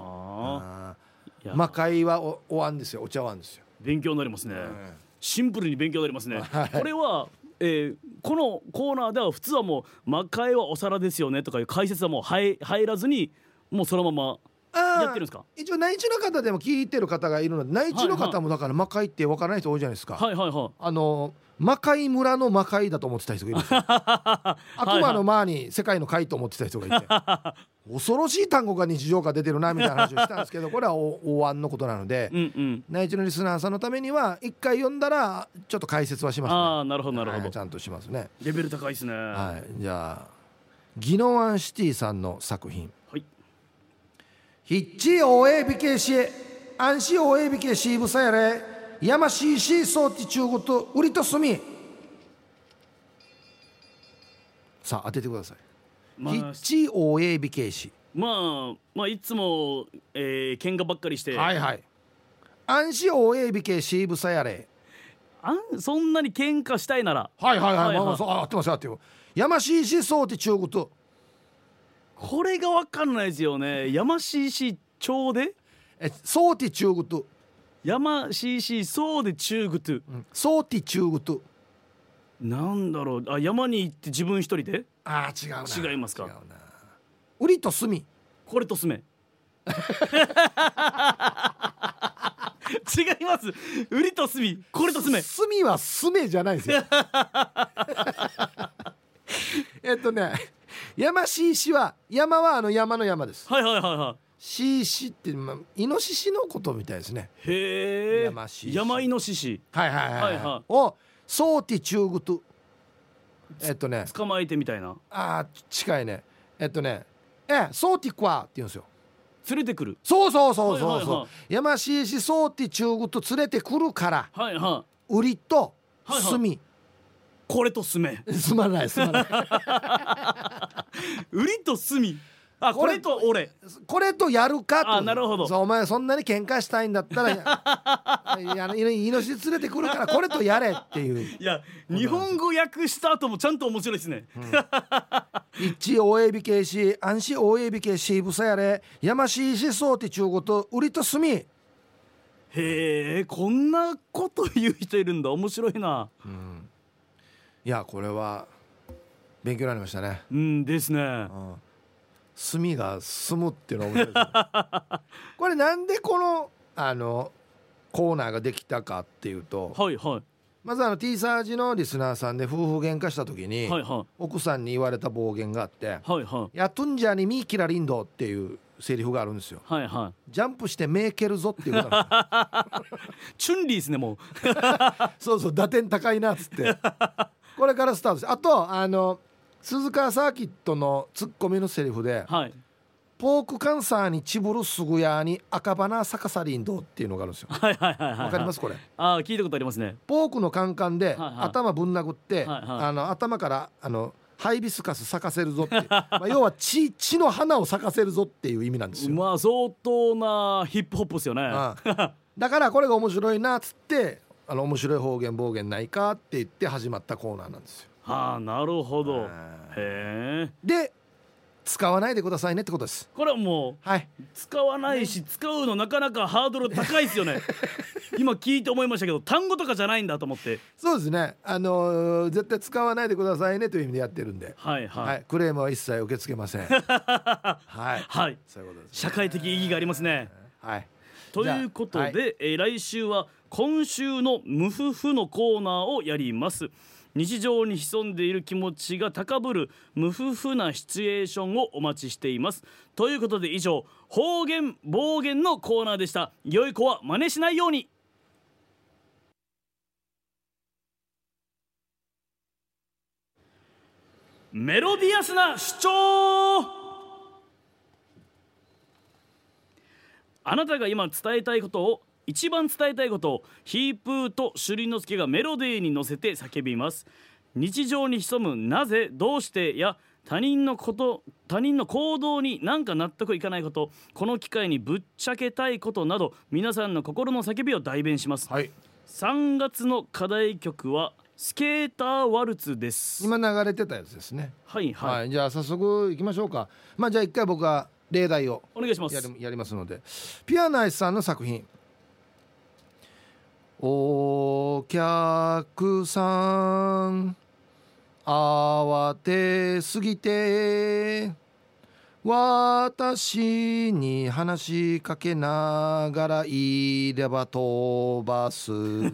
魔界はお椀ですよ。お茶碗ですよ。 勉強になりますね。シンプルに勉強になりますね。これは、このコーナーでは普通はもう魔界はお皿ですよねとかいう解説はもう入らずにもうそのままやってるんですか？ 一応内地の方でも聞いてる方がいるので内地の方もだから魔界って分からない人多いじゃないですか。魔界村の魔界だと思ってた人がいるんですよ。悪魔の魔に世界の界と思ってた人がいて恐ろしい単語が日常が出てるなみたいな話をしたんですけどこれはお椀のことなので、内地のリスナーさんのためには一回読んだらちょっと解説はしますね。 なるほどちゃんとしますね。 レベル高いですね。 じゃあギノワンシティさんの作品、ヒッチオエビケシアンシオエビケシブサヤレやましいしそうって中国と売りとすみ。さあ当ててください。ヒッチオエビケシ。 いつも喧嘩ばっかりして。 アンシオエビケシブサヤレ。 そんなに喧嘩したいなら。 合ってますよ。やましいしそうって中国と。 これが分かんないですよね。やましいし町でそうって中国とやましいしそうで中国とそうって中国となんだろう。山に行って自分一人で。 違うな。 違いますか？ ウリとスミ。 これとスメ違います。ウリとスミこれとスメ。 スミはスメじゃないですよやましいしは山は山の山です。ししってイノシシのことみたいですね。 へえ。山イノシシ。 おそうって中国と捕まえてみたいな。 近いね。そうってクワって言うんですよ。 連れてくる。 そうやましいしそうって中国と連れてくるから売りとすみ。 これとすめ。 すまない売りとすみ。 あ、これと俺、 これとやるかと。 あ、なるほど。 そう、お前そんなに喧嘩したいんだったらイノシシ連れてくるからこれとやれっていう。 いや、日本語訳した後もちゃんと面白いですね。 一応 OABKC 安心 OABKC ブサやれやましいしそうって中国と売りとすみ。 へえ、こんなこと言う人いるんだ。面白いな。 いや、これは勉強になりましたね。 ですね。 炭が住むっていうのは面白いですこれなんでこのコーナーができたかっていうと、 はいはい、 まずT サージのリスナーさんで夫婦喧嘩した時に、 はいはい、 奥さんに言われた暴言があって、 はいはい、 やっとんじゃにミーキラリンドっていうセリフがあるんですよ。 はいはい、 ジャンプして目蹴るぞっていうことなんですよチュンリーですね、もうそうそう、打点高いなっつってこれからスタートです。あと鈴鹿サーキットのツッコミのセリフで、 はい、 ポークカンサーにチブルスグヤに赤花サカサリンドっていうのがあるんですよ。 はいはいはいはい、 わかりますこれ。 あ、聞いたことありますね。 ポークのカンカンで、 はいはい、 頭ぶん殴って、はいはい、頭からハイビスカス咲かせるぞって要は血の花を咲かせるぞっていう意味なんですよ。 まあ相当なヒップホップですよね。 だからこれが面白いなっつって、面白い方言暴言ないかって言って始まったコーナーなんですよ。 はあ、なるほど。へえ。 で使わないでくださいねってことです。 これはもう、はい、使わないし、使うのなかなかハードル高いですよね今聞いて思いましたけど、単語とかじゃないんだと思って。 そうですね、絶対使わないでくださいねという意味でやってるんで、はいはいはい、クレームは一切受け付けませんはい、はい、そういうことです、ね、社会的意義がありますね。 はい、 ということで、はい、来週は今週の無夫婦のコーナーをやります。日常に潜んでいる気持ちが高ぶる無夫婦なシチュエーションをお待ちしています。ということで以上、方言暴言のコーナーでした。良い子は真似しないように。メロディアスな主張。あなたが今伝えたいことを、一番伝えたいことをヒープーと朱里之助がメロディーに乗せて叫びます。日常に潜むなぜ、どうしてや他人の行動に何か納得いかないこと、この機会にぶっちゃけたいことなど、皆さんの心の叫びを代弁します、はい、3月の課題曲はスケーターワルツです。 今流れてたやつですね。はいはい、はい、じゃあ早速いきましょうか。じゃあ一回僕は例題をお願いします。 やりますので、ピアナイスさんの作品、お客さん慌てすぎて私に話しかけながらいれば飛ばす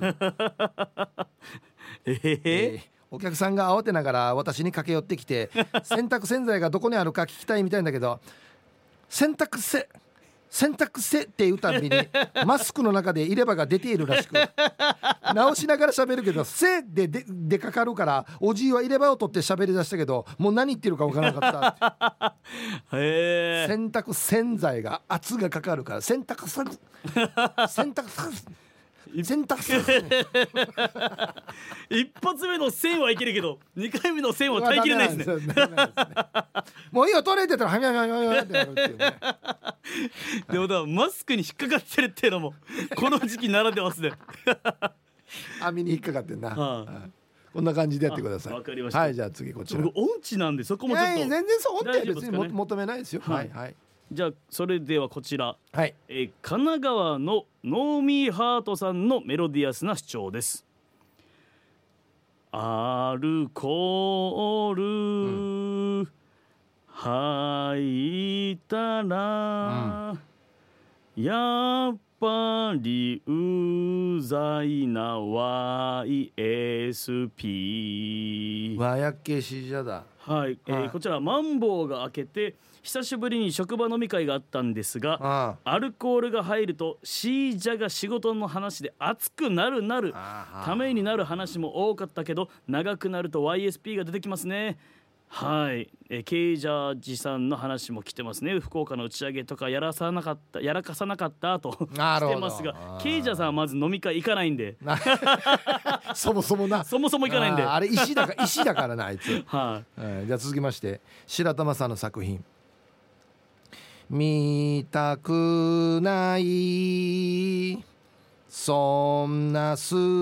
お客さんが慌てながら私に駆け寄ってきて洗濯洗剤がどこにあるか聞きたいみたいんだけど、洗濯せって言うたびにマスクの中で入れ歯が出ているらしく直しながら喋るけどせで出かかるから、おじいは入れ歯を取って喋り出したけどもう何言ってるか分からなかったへ洗濯洗剤が圧がかかるから洗濯一発目の線はいけるけど2回目の線は耐えきれないですねもういいよ取れてたらはみゃみゃみゃみゃってなるっていうねでもだマスクに引っかかってるっていうのもこの時期ならではですね網に引っかかってんな、こんな感じでやってください。 わかりました。 はい、じゃあ次こちら。 音痴なんでそこもちょっと全然そう音痴は別に求めないですよ。はいはい。 じゃあそれではこちら、 はい、 神奈川のノーミーハートさんのメロディアスな主張です。アルコール、吐いたら、やっぱりうざいな YSP 和やけしじゃだ。 はい、こちらマンボウが明けて久しぶりに職場飲み会があったんですが、アルコールが入るとシージャが仕事の話で熱くなるためになる話も多かったけど、長くなると YSP が出てきますね。はい、ケイジャージさんの話も来てますね。福岡の打ち上げとかやらかさなかったとしてますが、ケイジャーさんはまず飲み会行かないんでそもそも行かないんで、 あれ石だからなあいつ、はい、じゃあ続きまして白玉さんの作品、 見たくないそんな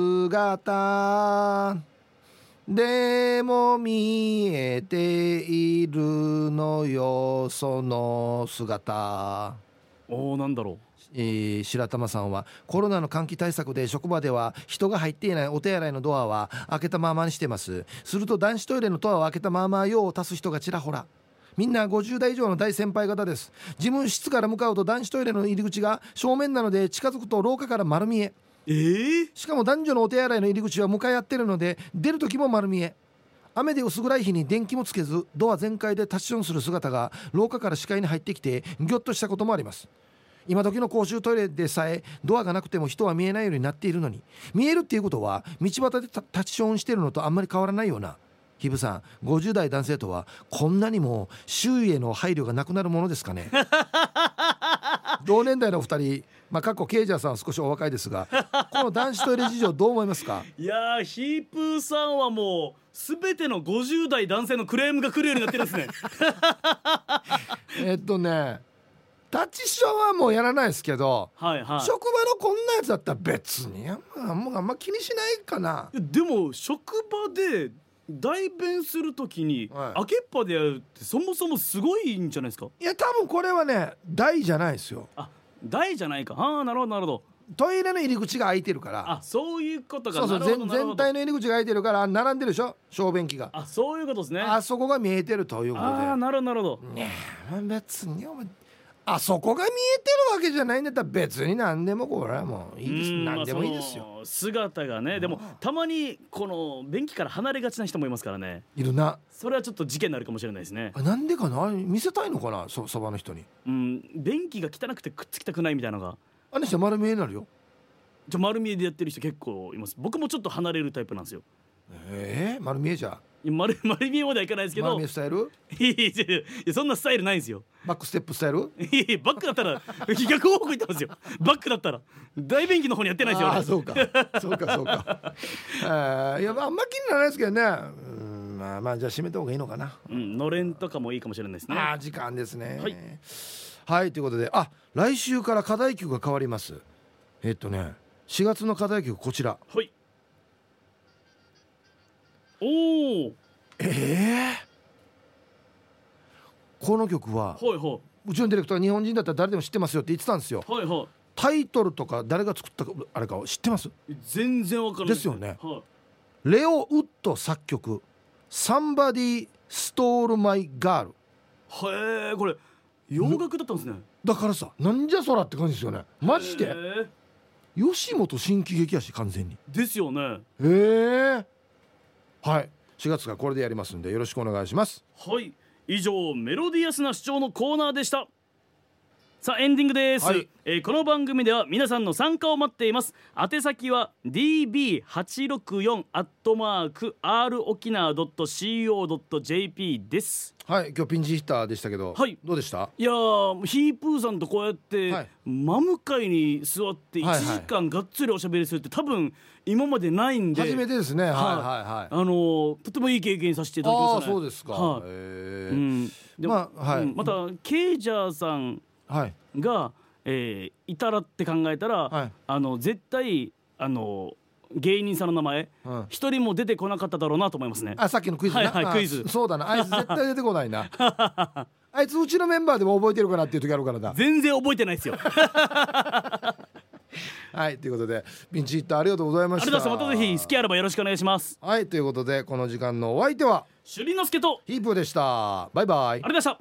姿でも見えているのよその姿。 なんだろう。 白玉さんはコロナの換気対策で職場では人が入っていないお手洗いのドアは開けたままにしてます。すると男子トイレのドアを開けたまま用を足す人がちらほら。みんな50代以上の大先輩方です。事務室から向かうと男子トイレの入り口が正面なので近づくと廊下から丸見え。しかも男女のお手洗いの入り口は向かい合ってるので出る時も丸見え。雨で薄暗い日に電気もつけずドア全開でタッチションする姿が廊下から視界に入ってきてギョッとしたこともあります。今時の公衆トイレでさえドアがなくても人は見えないようになっているのに、見えるっていうことは道端でタッチションしてるのとあんまり変わらないような。ひぶさん、50代男性とはこんなにも周囲への配慮がなくなるものですかね。同年代のお二人、過去ケイジャーさんは少しお若いですが、この男子トイレ事情どう思いますか？ いやー、ヒープーさんはもう全ての50代男性のクレームが来るようになってるんですね。 タッチションはもうやらないですけど、 はいはい、 職場のこんなやつだったら別にあんま気にしないかな。 でも職場で代弁するときに開けっぱでやるってそもそもすごいんじゃないですか？ いや多分これはね台じゃないですよ。 台じゃないか。なるほどなるほど。 トイレの入り口が開いてるから。 そういうことか。 そう全体の入り口が開いてるから並んでるでしょ、小便器が。 そういうことですね。 あそこが見えてるということで。 なるほどなるほど。 別にあそこが見えてるわけじゃないんだったら別に何でもこれはもういいです。何でもいいですよ。 姿がね。でもたまにこの便器から離れがちな人もいますからね。 いるな。 それはちょっと事件になるかもしれないですね。 なんでかな、見せたいのかな、そばの人に。 便器が汚くてくっつきたくないみたいなのが。 あの人丸見えになるよ。 丸見えでやってる人結構います。僕もちょっと離れるタイプなんですよ。 丸見えじゃ丸見えまではいかないですけど。 丸見えスタイル？ いやそんなスタイルないんですよ。 バックステップスタイル？ バックだったら逆方向行ってますよ。バックだったら大便器の方にやってないですよ。 そうかいやあんま気にならないですけどね。じゃあ閉めた方がいいのかな。 のれんとかもいいかもしれないですね。 時間ですね。はい、ということで来週から課題曲が変わります。4月の課題曲こちら。 はい。 この曲は、うちのディレクターが日本人だったら誰でも知ってますよって言ってたんですよ。タイトルとか誰が作ったあれか知ってます？ 全然わからないですよね。レオ・ウッド作曲 Somebody Stole My Girl。 これ洋楽だったんですね。 だからさ、なんじゃそらって感じですよね。マジで吉本新喜劇やし完全にですよね。 はい、4月がこれでやりますんでよろしくお願いします。 はい、以上メロディアスな主張のコーナーでした。さあエンディングです。この番組では皆さんの参加を待っています。宛先は db864@rokinawa.co.jp です。 はい、今日ピンチヒッターでしたけど、どうでした？ いやヒープーさんとこうやって、真向かいに座って1時間がっつりおしゃべりするって多分今までないんで初めてですね。 とてもいい経験させていただきましたね。 そうですか。 でもまたケイジャーさんが、いたらって考えたら、絶対芸人さんの名前一人も出てこなかっただろうなと思いますね。 さっきのクイズね。 クイズ。 そうだな、あいつ絶対出てこないな。あいつうちのメンバーでも覚えてるかなっていう時あるからだ。 全然覚えてないですよ。 はい、ということでピンチヒッターありがとうございました。 ありがとうございます。またぜひ好きあらばよろしくお願いします。 はい、ということでこの時間のお相手は朱里之助とヒープーでした。バイバイ。 ありがとうございました。